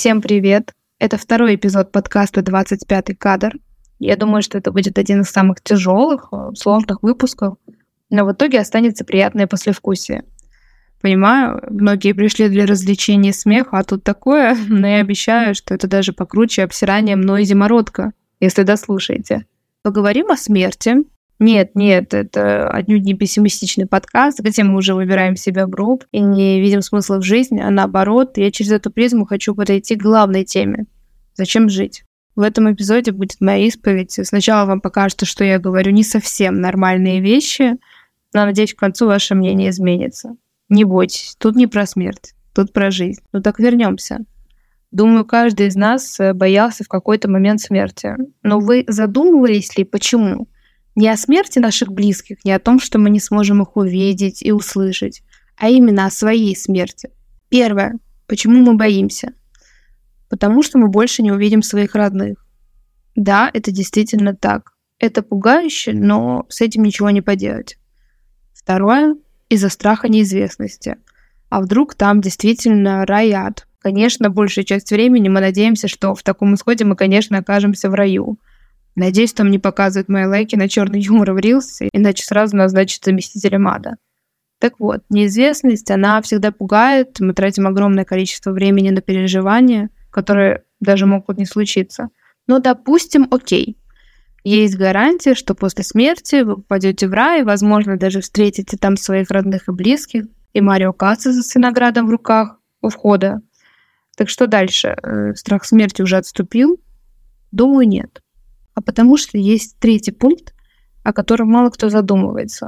Всем привет! Это второй эпизод подкаста «25-й кадр». Я думаю, что это будет один из самых тяжелых, сложных выпусков, но в итоге останется приятное послевкусие. Понимаю, многие пришли для развлечения и смеха, а тут такое, но я обещаю, что это даже покруче обсирания мной зимородка, если дослушаете. Поговорим о смерти. Нет, это отнюдь не пессимистичный подкаст, где мы уже выбираем себя в гроб и не видим смысла в жизни, а наоборот, я через эту призму хочу подойти к главной теме. Зачем жить? В этом эпизоде будет моя исповедь. Сначала вам покажется, что я говорю не совсем нормальные вещи, но, надеюсь, к концу ваше мнение изменится. Не бойтесь, тут не про смерть, тут про жизнь. Ну так вернемся. Думаю, каждый из нас боялся в какой-то момент смерти. Но вы задумывались ли, почему? Не о смерти наших близких, не о том, что мы не сможем их увидеть и услышать, а именно о своей смерти. Первое. Почему мы боимся? Потому что мы больше не увидим своих родных. Да, это действительно так. Это пугающе, но с этим ничего не поделать. Второе. Из-за страха неизвестности. А вдруг там действительно рай и ад? Конечно, большую часть времени мы надеемся, что в таком исходе мы, конечно, окажемся в раю. Надеюсь, там не показывают мои лайки на черный юмор в Reels, иначе сразу назначат заместителем ада. Так вот, неизвестность, она всегда пугает, мы тратим огромное количество времени на переживания, которые даже могут не случиться. Но, допустим, окей. Есть гарантия, что после смерти вы попадете в рай, возможно, даже встретите там своих родных и близких, и Марио Каццо с виноградом в руках у входа. Так что дальше? Страх смерти уже отступил? Думаю, нет. А потому что есть третий пункт, о котором мало кто задумывается.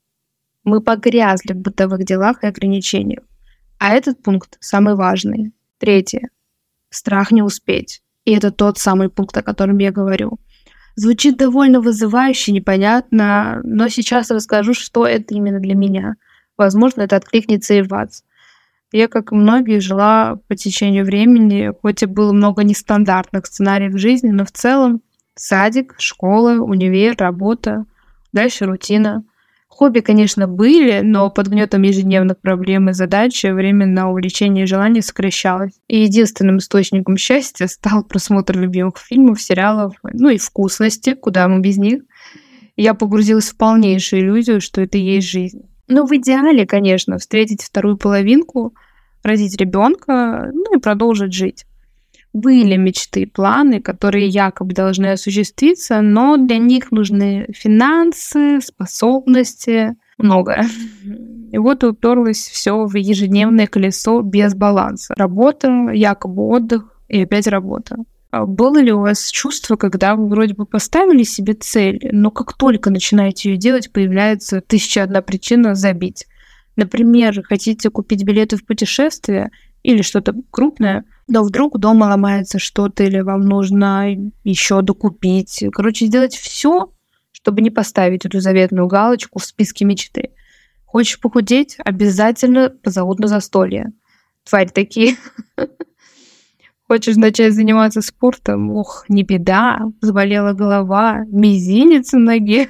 Мы погрязли в бытовых делах и ограничениях. А этот пункт самый важный. Третье. Страх не успеть. И это тот самый пункт, о котором я говорю. Звучит довольно вызывающе, непонятно, но сейчас расскажу, что это именно для меня. Возможно, это откликнется и в вас. Я, как и многие, жила по течению времени, хоть и было много нестандартных сценариев в жизни, но в целом садик, школа, универ, работа, дальше рутина. Хобби, конечно, были, но под гнетом ежедневных проблем и задач время на увлечение и желание сокращалось. И единственным источником счастья стал просмотр любимых фильмов, сериалов, ну и вкусности, куда мы без них. Я погрузилась в полнейшую иллюзию, что это и есть жизнь. Ну, в идеале, конечно, встретить вторую половинку, родить ребенка, ну и продолжить жить. Были мечты, планы, которые якобы должны осуществиться, но для них нужны финансы, способности, многое. И вот уперлось все в ежедневное колесо без баланса. Работа, якобы отдых и опять работа. Было ли у вас чувство, когда вы вроде бы поставили себе цель, но как только начинаете ее делать, появляется 1001 причина забить? Например, хотите купить билеты в путешествие или что-то крупное, но вдруг дома ломается что-то, или вам нужно еще докупить. Короче, сделать все, чтобы не поставить эту заветную галочку в списке мечты. Хочешь похудеть? Обязательно позовут на застолье. Тварь такие. Хочешь начать заниматься спортом? Ох, не беда, заболела голова, мизинец на ноге.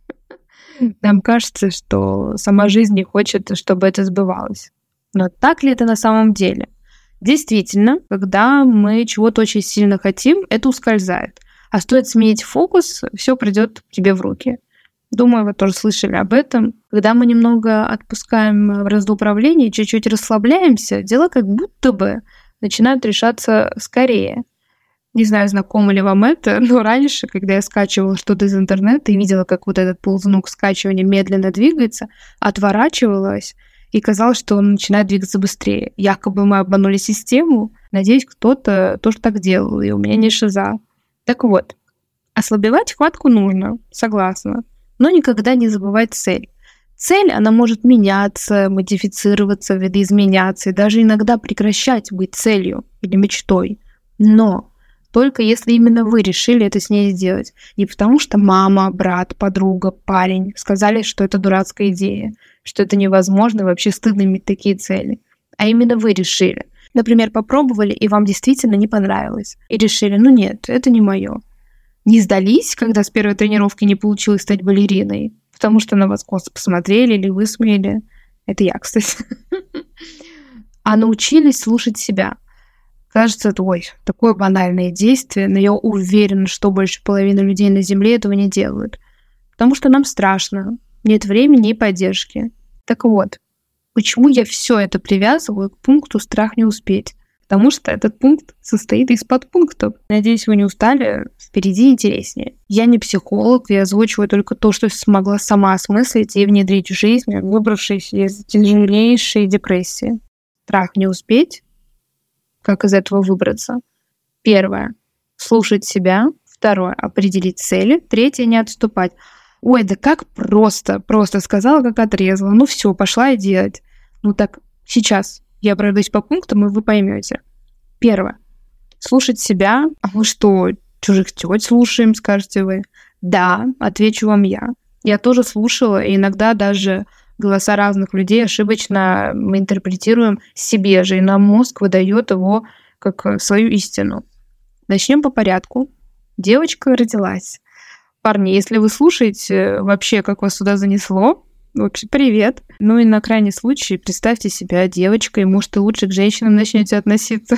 Нам кажется, что сама жизнь не хочет, чтобы это сбывалось. Но так ли это на самом деле? Действительно, когда мы чего-то очень сильно хотим, это ускользает. А стоит сменить фокус, все придет к тебе в руки. Думаю, вы тоже слышали об этом. Когда мы немного отпускаем бразду управления, чуть-чуть расслабляемся, дела как будто бы начинают решаться скорее. Не знаю, знакомо ли вам это, но раньше, когда я скачивала что-то из интернета и видела, как вот этот ползунок скачивания медленно двигается, отворачивалась, и казалось, что он начинает двигаться быстрее. Якобы мы обманули систему. Надеюсь, кто-то тоже так делал, и у меня не шиза. Так вот, ослабевать хватку нужно, согласна, но никогда не забывать цель. Цель, она может меняться, модифицироваться, видоизменяться, и даже иногда прекращать быть целью или мечтой. Но только если именно вы решили это с ней сделать. Не потому что мама, брат, подруга, парень сказали, что это дурацкая идея, что это невозможно, вообще стыдно иметь такие цели. А именно вы решили. Например, попробовали, и вам действительно не понравилось. И решили, ну нет, это не мое. Не сдались, когда с первой тренировки не получилось стать балериной, потому что на вас косо посмотрели или высмеяли. Это я, кстати. А научились слушать себя. Кажется, это, такое банальное действие, но я уверена, что больше половины людей на Земле этого не делают. Потому что нам страшно, нет времени и поддержки. Так вот, почему я все это привязываю к пункту «страх не успеть»? Потому что этот пункт состоит из подпунктов. Надеюсь, вы не устали. Впереди интереснее. Я не психолог, я озвучиваю только то, что смогла сама осмыслить и внедрить в жизнь, выбравшись из тяжелейшей депрессии. Страх не успеть. Как из этого выбраться? Первое. Слушать себя. Второе. Определить цели. Третье. Не отступать. Да как просто. Просто сказала, как отрезала. Все, пошла и делать. Так сейчас я пройдусь по пунктам, и вы поймете. Первое. Слушать себя. А мы что, чужих тёть слушаем, скажете вы? Да, отвечу вам я. Я тоже слушала, и иногда даже голоса разных людей ошибочно мы интерпретируем себе же, и нам мозг выдает его как свою истину. Начнем по порядку. Девочка родилась. Парни, если вы слушаете вообще, как вас сюда занесло, вообще привет. И на крайний случай представьте себя девочкой, может, и лучше к женщинам начнете относиться.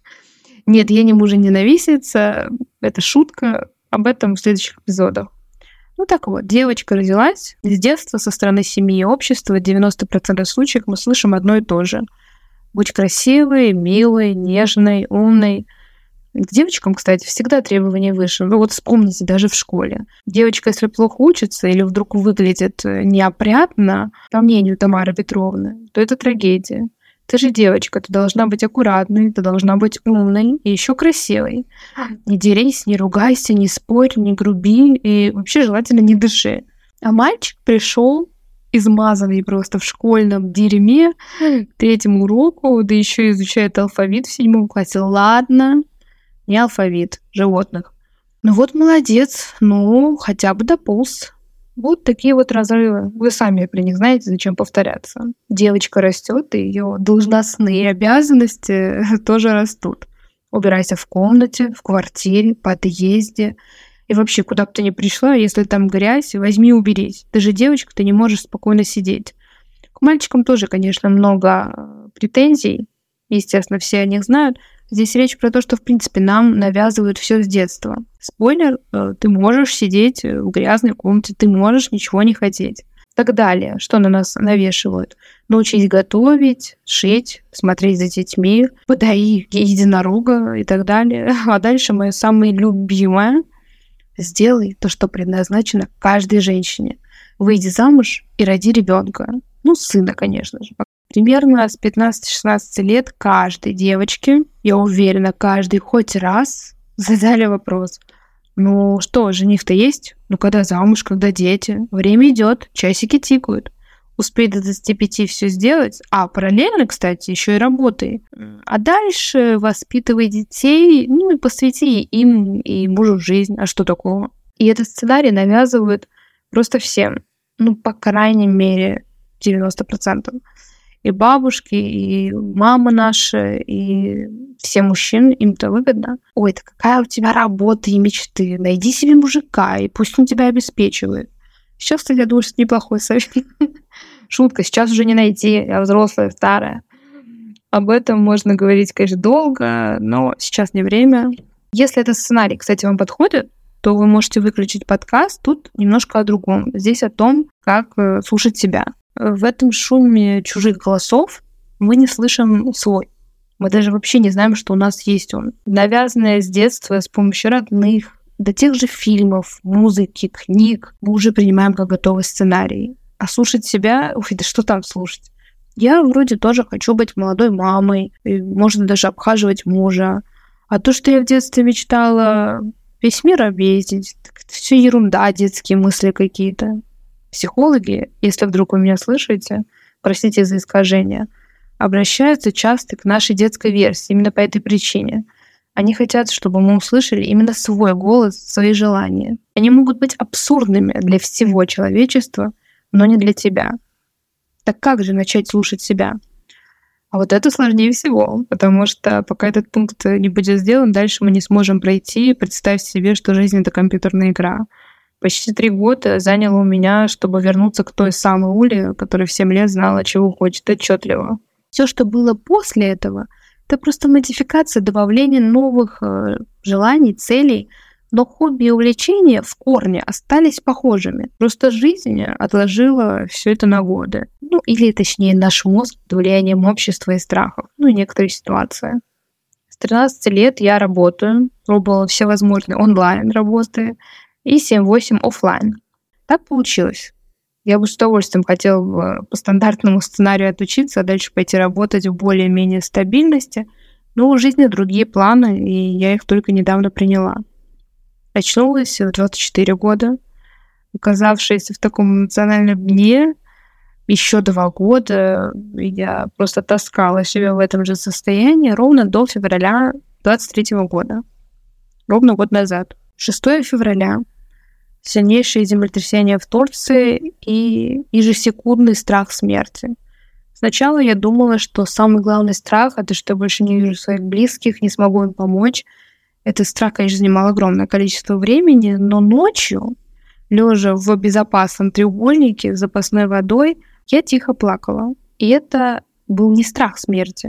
Нет, я не мужа-ненавистница, это шутка, об этом в следующих эпизодах. Так вот, девочка родилась. С детства со стороны семьи и общества в 90% случаев мы слышим одно и то же. Будь красивой, милой, нежной, умной. К девочкам, кстати, всегда требования выше. Вспомните, даже в школе. Девочка, если плохо учится или вдруг выглядит неопрятно, по мнению Тамары Петровны, то это трагедия. Ты же девочка, ты должна быть аккуратной, ты должна быть умной и еще красивой. Не дерись, не ругайся, не спорь, не груби и вообще желательно не дыши. А мальчик пришел измазанный просто в школьном дерьме к 3-му уроку, да еще изучает алфавит в 7 классе. Ладно, не алфавит животных. Молодец, хотя бы дополз. Такие разрывы. Вы сами при них знаете, зачем повторяться. Девочка растет, и ее должностные обязанности тоже растут. Убирайся в комнате, в квартире, подъезде. И вообще, куда бы ты ни пришла, если там грязь, возьми и уберись. Ты же девочка, ты не можешь спокойно сидеть. К мальчикам тоже, конечно, много претензий. Естественно, все о них знают. Здесь речь про то, что, в принципе, нам навязывают все с детства. Спойлер, ты можешь сидеть в грязной комнате, ты можешь ничего не хотеть. Так далее. Что на нас навешивают? Научись готовить, шить, смотреть за детьми, подай единорога и так далее. А дальше мое самое любимое. Сделай то, что предназначено каждой женщине. Выйди замуж и роди ребенка. Сына, конечно же. Примерно с 15-16 лет каждой девочке, я уверена, каждый хоть раз задали вопрос. Что, жених-то есть? Когда замуж, когда дети? Время идет, часики тикают. Успей до 25 все сделать, а параллельно, кстати, еще и работай. А дальше воспитывай детей, и посвяти им и мужу жизнь. А что такого? И этот сценарий навязывают просто всем. По крайней мере, 90%. И бабушки, и мама наша, и все мужчины, им-то выгодно. Да какая у тебя работа и мечты. Найди себе мужика, и пусть он тебя обеспечивает. Сейчас, кстати, я думаю, что это неплохой совет. Шутка, сейчас уже не найти, я взрослая, старая. Об этом можно говорить, конечно, долго, но сейчас не время. Если этот сценарий, кстати, вам подходит, то вы можете выключить подкаст. Тут немножко о другом. Здесь о том, как слушать себя. В этом шуме чужих голосов мы не слышим свой. Мы даже вообще не знаем, что у нас есть он. Навязанное с детства с помощью родных, до тех же фильмов, музыки, книг, мы уже принимаем как готовый сценарий. А слушать себя, да что там слушать? Я вроде тоже хочу быть молодой мамой, и можно даже обхаживать мужа. А то, что я в детстве мечтала весь мир объездить, так это все ерунда, детские мысли какие-то. Психологи, если вдруг вы меня слышите, простите за искажение, обращаются часто к нашей детской версии именно по этой причине. Они хотят, чтобы мы услышали именно свой голос, свои желания. Они могут быть абсурдными для всего человечества, но не для тебя. Так как же начать слушать себя? А вот это сложнее всего, потому что пока этот пункт не будет сделан, дальше мы не сможем пройти. Представь себе, что жизнь — это компьютерная игра. Почти 3 года заняло у меня, чтобы вернуться к той самой Уле, которая в 7 лет знала, чего хочет отчетливо. Все, что было после этого, Это просто модификация, добавление новых желаний, целей, но хобби и увлечения в корне остались похожими. Просто жизнь отложила все это на годы. Ну, или, точнее, наш мозг под влиянием общества и страхов. Ну, и некоторые ситуации. С 13 лет я работаю, пробовала все возможные онлайн-работы и 7-8 офлайн. Так получилось. Я бы с удовольствием хотела по стандартному сценарию отучиться, а дальше пойти работать в более-менее стабильности. Но у жизни другие планы, и я их только недавно приняла. Очнулась в 24 года, оказавшись в таком эмоциональном дне. Еще 2 года я просто таскала себя в этом же состоянии ровно до февраля 23 года. Ровно год назад. 6 февраля. Сильнейшее землетрясение в Турции и ежесекундный страх смерти. Сначала я думала, что самый главный страх — это что я больше не вижу своих близких, не смогу им помочь. Этот страх, конечно, занимал огромное количество времени, но ночью, лежа в безопасном треугольнике с запасной водой, я тихо плакала. И это был не страх смерти,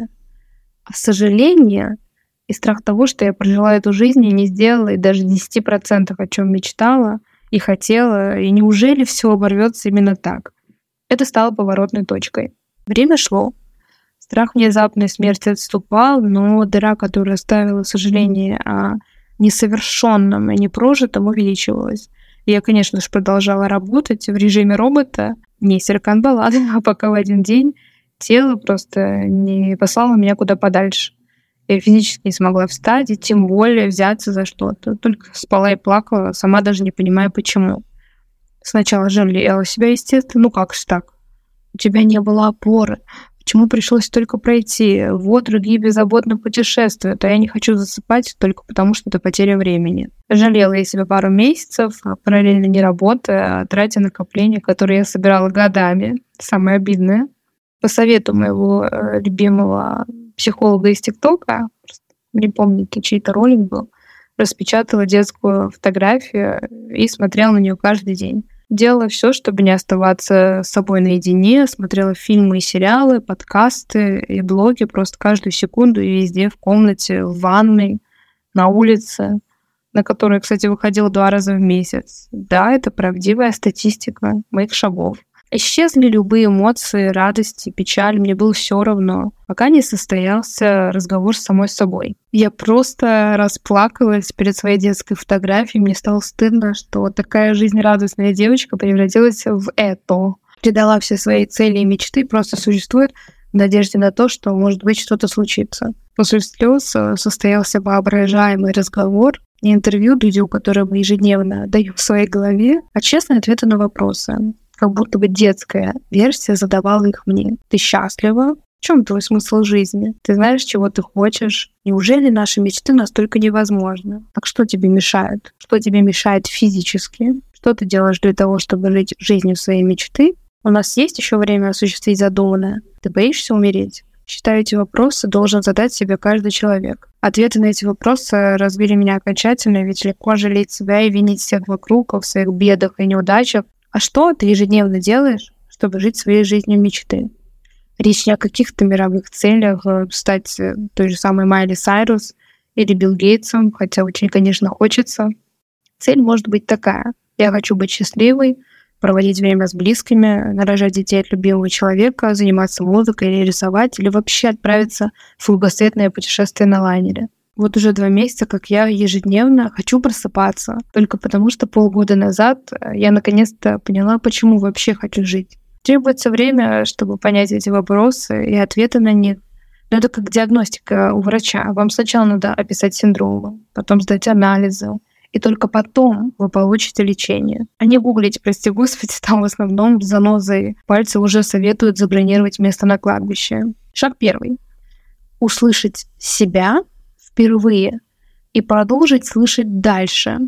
а сожаление и страх того, что я прожила эту жизнь и не сделала и даже 10%, о чем мечтала и хотела, и неужели все оборвется именно так? Это стало поворотной точкой. Время шло. Страх внезапной смерти отступал, но дыра, которая оставила сожаление о несовершенном и непрожитом, увеличивалась. И я, конечно же, продолжала работать в режиме робота, не Серкан Балат, а пока в один день тело просто не послало меня куда подальше. Я физически не смогла встать и тем более взяться за что-то. Только спала и плакала, сама даже не понимая, почему. Сначала жалела себя, естественно. Ну как же так? У тебя не было опоры. Почему пришлось только пройти? Вот другие беззаботно путешествуют, а я не хочу засыпать только потому, что это потеря времени. Жалела я себя пару месяцев, параллельно не работая, а тратя накопления, которые я собирала годами. Самое обидное. По совету моего любимого психолога из ТикТока, не помню, чей-то ролик был, распечатала детскую фотографию и смотрела на нее каждый день. Делала все, чтобы не оставаться с собой наедине, смотрела фильмы и сериалы, подкасты и блоги просто каждую секунду и везде, в комнате, в ванной, на улице, на которую, кстати, выходила 2 раза в месяц. Да, это правдивая статистика моих шагов. Исчезли любые эмоции, радости, печаль, мне было все равно, пока не состоялся разговор с самой собой. Я просто расплакалась перед своей детской фотографией, мне стало стыдно, что такая жизнерадостная девочка превратилась в это. Предала все свои цели и мечты, просто существует в надежде на то, что, может быть, что-то случится. После слез состоялся воображаемый разговор и интервью Дудю, которое мы ежедневно даем в своей голове, а честные ответы на вопросы. Как будто бы детская версия задавала их мне. Ты счастлива? В чем твой смысл жизни? Ты знаешь, чего ты хочешь? Неужели наши мечты настолько невозможны? Так что тебе мешает? Что тебе мешает физически? Что ты делаешь для того, чтобы жить жизнью своей мечты? У нас есть еще время осуществить задуманное. Ты боишься умереть? Считаю, эти вопросы должен задать себе каждый человек. Ответы на эти вопросы разбили меня окончательно, ведь легко жалеть себя и винить всех вокруг в своих бедах и неудачах. А что ты ежедневно делаешь, чтобы жить своей жизнью мечты? Речь не о каких-то мировых целях, стать той же самой Майли Сайрус или Билл Гейтсом, хотя очень, конечно, хочется. Цель может быть такая. Я хочу быть счастливой, проводить время с близкими, нарожать детей от любимого человека, заниматься музыкой или рисовать, или вообще отправиться в кругосветное путешествие на лайнере. Вот уже 2 месяца, как я ежедневно хочу просыпаться, только потому что полгода назад я наконец-то поняла, почему вообще хочу жить. Требуется время, чтобы понять эти вопросы и ответы на них. Но это как диагностика у врача. Вам сначала надо описать синдромы, потом сдать анализы, и только потом вы получите лечение. А не гуглить, прости господи, там в основном с занозой пальцы уже советуют забронировать место на кладбище. Шаг 1. Услышать себя впервые и продолжить слышать дальше.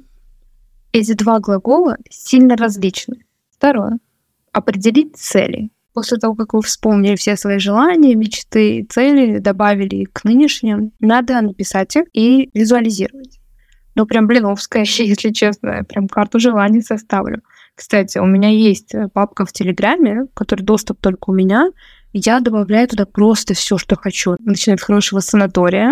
Эти 2 глагола сильно различны. 2. Определить цели. После того, как вы вспомнили все свои желания, мечты, цели, добавили их к нынешним, надо написать их и визуализировать. Ну, прям блиновская, если честно, прям карту желаний составлю. Кстати, у меня есть папка в Телеграме, в которой доступ только у меня, Я добавляю туда просто все, что хочу. Начиная от хорошего санатория,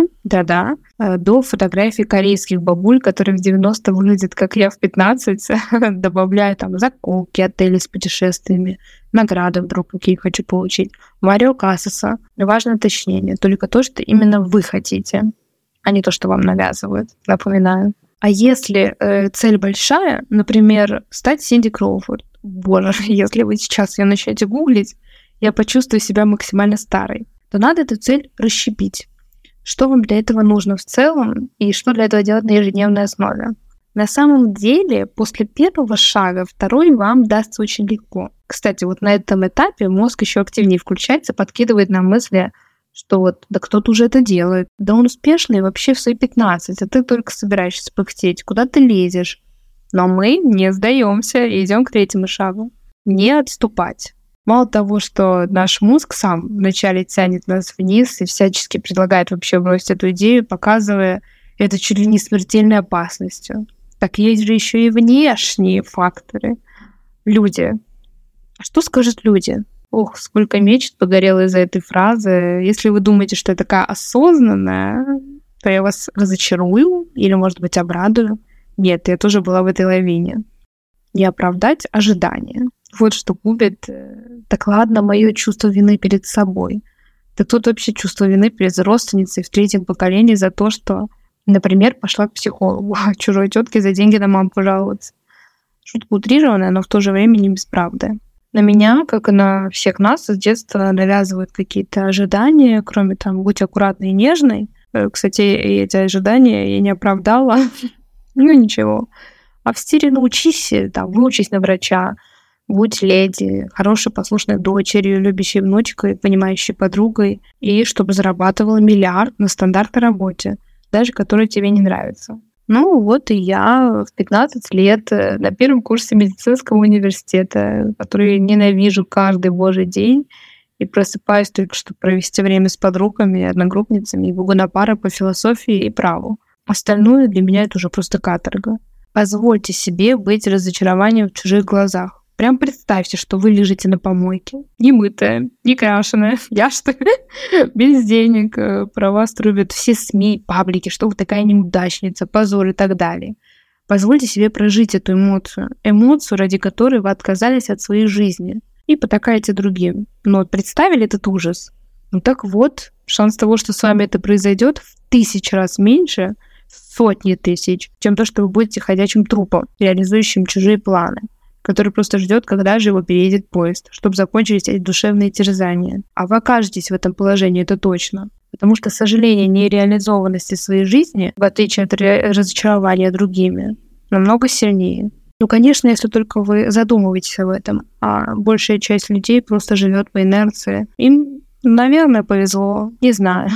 до фотографий корейских бабуль, которые в 90 выглядят, как я в 15. Добавляю там закупки, отели с путешествиями, награды вдруг какие хочу получить. Марио Касаса. Важное уточнение. Только то, что именно вы хотите, а не то, что вам навязывают. Напоминаю. А если цель большая, например, стать Синди Кроуфорд, боже, если вы сейчас ее начнете гуглить, я почувствую себя максимально старой, то надо эту цель расщепить. Что вам для этого нужно в целом и что для этого делать на ежедневной основе? На самом деле, после первого шага второй вам дастся очень легко. Кстати, вот на этом этапе мозг еще активнее включается, подкидывает нам мысли, что вот, да кто-то уже это делает, да он успешный вообще в свои 15, а ты только собираешься пыхтеть, куда ты лезешь? Но мы не сдаемся и идем к третьему шагу. Не отступать. Мало того, что наш мозг сам вначале тянет нас вниз и всячески предлагает вообще бросить эту идею, показывая это чуть ли не смертельной опасностью. Так есть же еще и внешние факторы. Люди. А что скажут люди? Ох, сколько мечт погорело из-за этой фразы. Если вы думаете, что я такая осознанная, то я вас разочарую или, может быть, обрадую. Нет, я тоже была в этой лавине. Не оправдать ожидания. Вот что губит. Так ладно, мое чувство вины перед собой. Да тут вообще чувство вины перед родственницей в третьем поколении за то, что, например, пошла к психологу, а чужой тетке за деньги на маму пожаловаться. Шутка утрированная, но в то же время не без правды. На меня, как и на всех нас, с детства навязывают какие-то ожидания, кроме там «будь аккуратной и нежной». Кстати, эти ожидания я не оправдала. Ну ничего. А в стиле научись, там, выучись на врача, будь леди, хорошей послушной дочерью, любящей внучкой, понимающей подругой, и чтобы зарабатывала миллиард на стандартной работе, даже которая тебе не нравится. Ну вот и я в 15 лет на первом курсе медицинского университета, который ненавижу каждый божий день, и просыпаюсь только, чтобы провести время с подругами, одногруппницами и бегу на пары по философии и праву. Остальное для меня это уже просто каторга. Позвольте себе быть разочарованием в чужих глазах. Прям представьте, что вы лежите на помойке, немытая, не крашеная, яшта, без денег, про вас трубят все СМИ, паблики, что вы такая неудачница, позор и так далее. Позвольте себе прожить эту эмоцию, ради которой вы отказались от своей жизни и потакаете другим. Но представили этот ужас? Ну так вот, шанс того, что с вами это произойдет, в 1000 раз меньше, сотни тысяч, чем то, что вы будете ходячим трупом, реализующим чужие планы, который просто ждет, когда же его переедет поезд, чтобы закончились эти душевные терзания. А вы окажетесь в этом положении, это точно. Потому что сожаление нереализованности своей жизни, в отличие от разочарования другими, намного сильнее. Ну, конечно, если только вы задумываетесь об этом, а большая часть людей просто живет по инерции. Им, наверное, повезло, не знаю.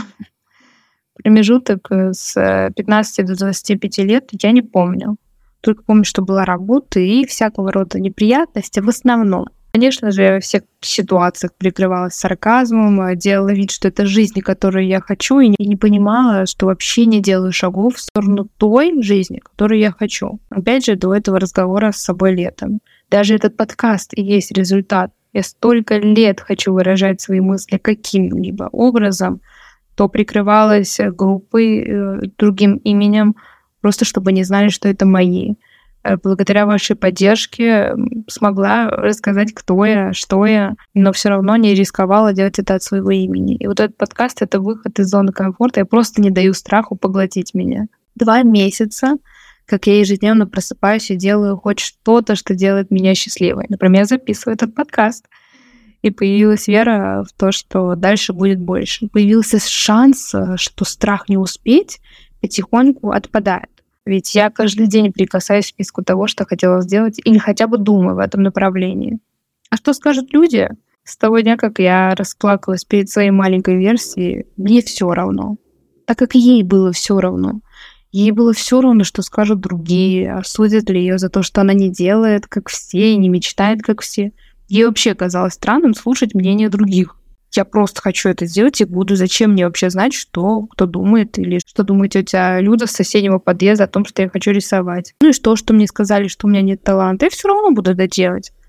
Промежуток с 15 до 25 лет я не помню. Только помню, что была работа и всякого рода неприятности в основном. Конечно же, я во всех ситуациях прикрывалась сарказмом, делала вид, что это жизнь, которую я хочу, и не понимала, что вообще не делаю шагов в сторону той жизни, которую я хочу. Опять же, до этого разговора с собой летом. Даже этот подкаст и есть результат. Я столько лет хочу выражать свои мысли каким-либо образом, то прикрывалась группой другим именем, просто чтобы не знали, что это мои. Благодаря вашей поддержке смогла рассказать, кто я, что я, но все равно не рисковала делать это от своего имени. И вот этот подкаст — это выход из зоны комфорта. Я просто не даю страху поглотить меня. 2 месяца, как я ежедневно просыпаюсь и делаю хоть что-то, что делает меня счастливой. Например, записываю этот подкаст. И появилась вера в то, что дальше будет больше. Появился шанс, что страх не успеть потихоньку отпадает. Ведь я каждый день прикасаюсь к списку того, что хотела сделать, или хотя бы думаю в этом направлении. А что скажут люди? С того дня, как я расплакалась перед своей маленькой версией, мне все равно. Так как ей было все равно. Ей было все равно, что скажут другие, осудят ли ее за то, что она не делает, как все, и не мечтает, как все. Ей вообще казалось странным слушать мнение других. Я просто хочу это сделать и буду. Зачем мне вообще знать, что кто думает или что думает тетя Люда с соседнего подъезда о том, что я хочу рисовать? Ну и что мне сказали, что у меня нет таланта? Я все равно буду это делать. В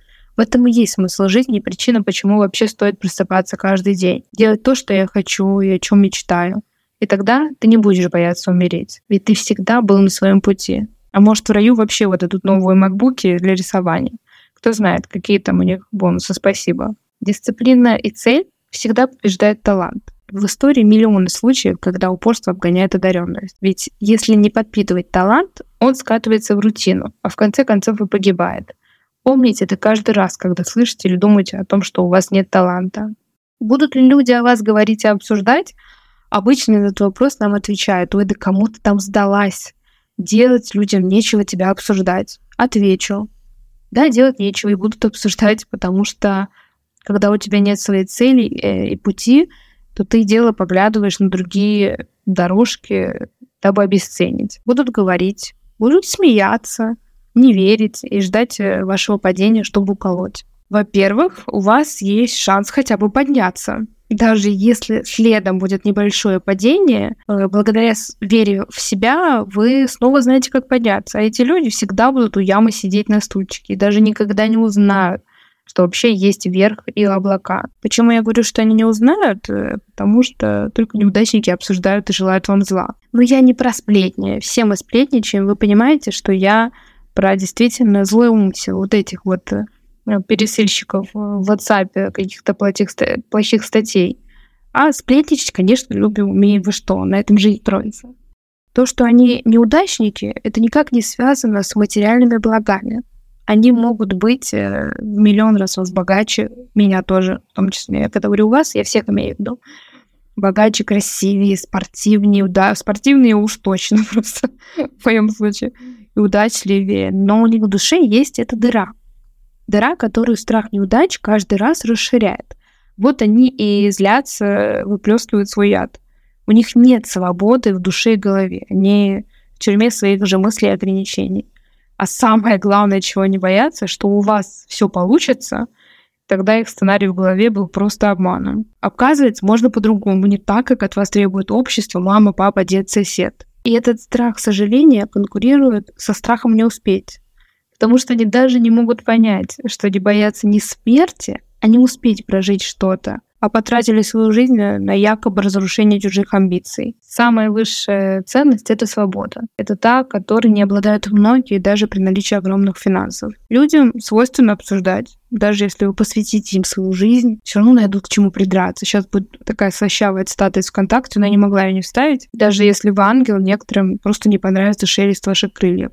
этом и есть смысл жизни и причина, почему вообще стоит просыпаться каждый день. Делать то, что я хочу и о чем мечтаю. И тогда ты не будешь бояться умереть. Ведь ты всегда был на своем пути. А может, в раю вообще вот идут новые макбуки для рисования. Кто знает, какие там у них бонусы, спасибо. Дисциплина и цель всегда побеждает талант. В истории миллионы случаев, когда упорство обгоняет одаренность. Ведь если не подпитывать талант, он скатывается в рутину, а в конце концов и погибает. Помните это каждый раз, когда слышите или думаете о том, что у вас нет таланта. Будут ли люди о вас говорить и обсуждать? Обычно на этот вопрос нам отвечают: ой, да кому ты там сдалась? Делать людям нечего тебя обсуждать. Отвечу: да, делать нечего и будут обсуждать, потому что когда у тебя нет своей цели и пути, то ты дело поглядываешь на другие дорожки, дабы обесценить. Будут говорить, будут смеяться, не верить и ждать вашего падения, чтобы уколоть. Во-первых, у вас есть шанс хотя бы подняться. Даже если следом будет небольшое падение, благодаря вере в себя вы снова знаете, как подняться. А эти люди всегда будут у ямы сидеть на стульчике и даже никогда не узнают, что вообще есть верх и облака. Почему я говорю, что они не узнают? Потому что только неудачники обсуждают и желают вам зла. Но я не про сплетни. Все мы сплетничаем. Вы понимаете, что я про действительно злой умысел вот этих вот пересыльщиков в WhatsApp каких-то плохих статей. А сплетничать, конечно, любим, умеем вы что, на этом же и строится. То, что они неудачники, это никак не связано с материальными благами. Они могут быть в миллион раз вас богаче, меня тоже, в том числе. Я когда говорю вас, я всех имею в виду. Богаче, красивее, спортивнее, спортивнее уж точно просто в моем случае, и удачливее. Но у них в душе есть эта дыра. Дыра, которую страх неудач каждый раз расширяет. Вот они и злятся, выплескивают свой яд. У них нет свободы в душе и голове. Они в тюрьме своих же мыслей и ограничений. А самое главное, чего они боятся, что у вас все получится, тогда их сценарий в голове был просто обманом. Оказывается, можно по-другому, не так, как от вас требует общество, мама, папа, дед, сосед. И этот страх сожаления конкурирует со страхом не успеть. Потому что они даже не могут понять, что они боятся не смерти, а не успеть прожить что-то, а потратили свою жизнь на якобы разрушение чужих амбиций. Самая высшая ценность — это свобода. Это та, которой не обладают многие даже при наличии огромных финансов. Людям свойственно обсуждать. Даже если вы посвятите им свою жизнь, все равно найдут к чему придраться. Сейчас будет такая слащавая цитата из ВКонтакте, но я не могла ее не вставить. Даже если вы ангел, некоторым просто не понравится шелест ваших крыльев.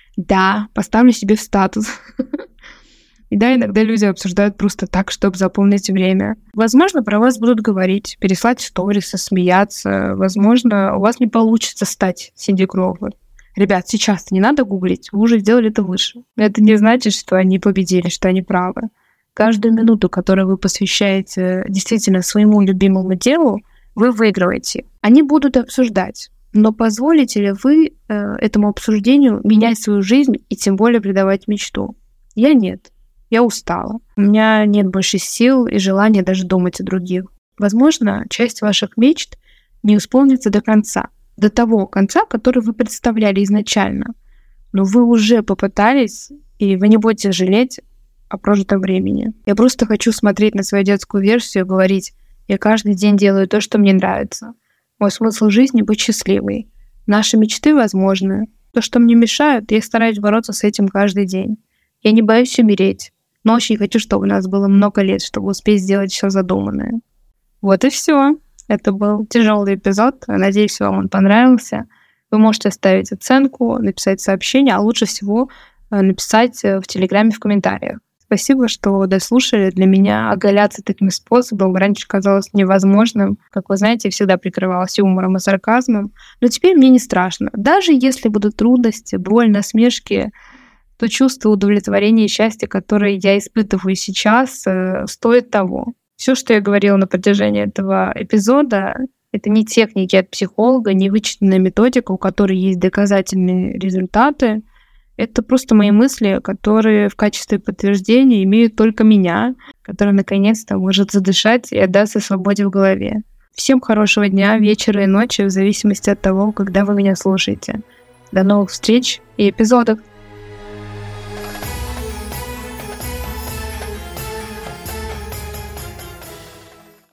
Да, поставлю себе в статус. И да, иногда люди обсуждают просто так, чтобы заполнить время. Возможно, про вас будут говорить, переслать сторисы, смеяться. Возможно, у вас не получится стать Синди Кроуфорд. Ребят, сейчас не надо гуглить, вы уже сделали это выше. Это не значит, что они победили, что они правы. Каждую минуту, которую вы посвящаете действительно своему любимому делу, вы выигрываете. Они будут обсуждать. Но позволите ли вы этому обсуждению менять свою жизнь и тем более предавать мечту? Я нет. Я устала. У меня нет больше сил и желания даже думать о других. Возможно, часть ваших мечт не исполнится до конца. До того конца, который вы представляли изначально. Но вы уже попытались, и вы не будете жалеть о прожитом времени. Я просто хочу смотреть на свою детскую версию и говорить: я каждый день делаю то, что мне нравится. Мой смысл жизни — быть счастливой. Наши мечты возможны. То, что мне мешает, я стараюсь бороться с этим каждый день. Я не боюсь умереть, но очень хочу, чтобы у нас было много лет, чтобы успеть сделать все задуманное. Вот и все. Это был тяжелый эпизод. Надеюсь, вам он понравился. Вы можете оставить оценку, написать сообщение, а лучше всего написать в Телеграме в комментариях. Спасибо, что дослушали. Для меня оголяться таким способом раньше казалось невозможным. Как вы знаете, я всегда прикрывалась юмором и сарказмом. Но теперь мне не страшно. Даже если будут трудности, боль, насмешки, то чувство удовлетворения и счастья, которое я испытываю сейчас, стоит того. Все, что я говорила на протяжении этого эпизода, это не техники от психолога, не вычитанная методика, у которой есть доказательные результаты. Это просто мои мысли, которые в качестве подтверждения имеют только меня, которая наконец-то может задышать и отдаться свободе в голове. Всем хорошего дня, вечера и ночи, в зависимости от того, когда вы меня слушаете. До новых встреч и эпизодов!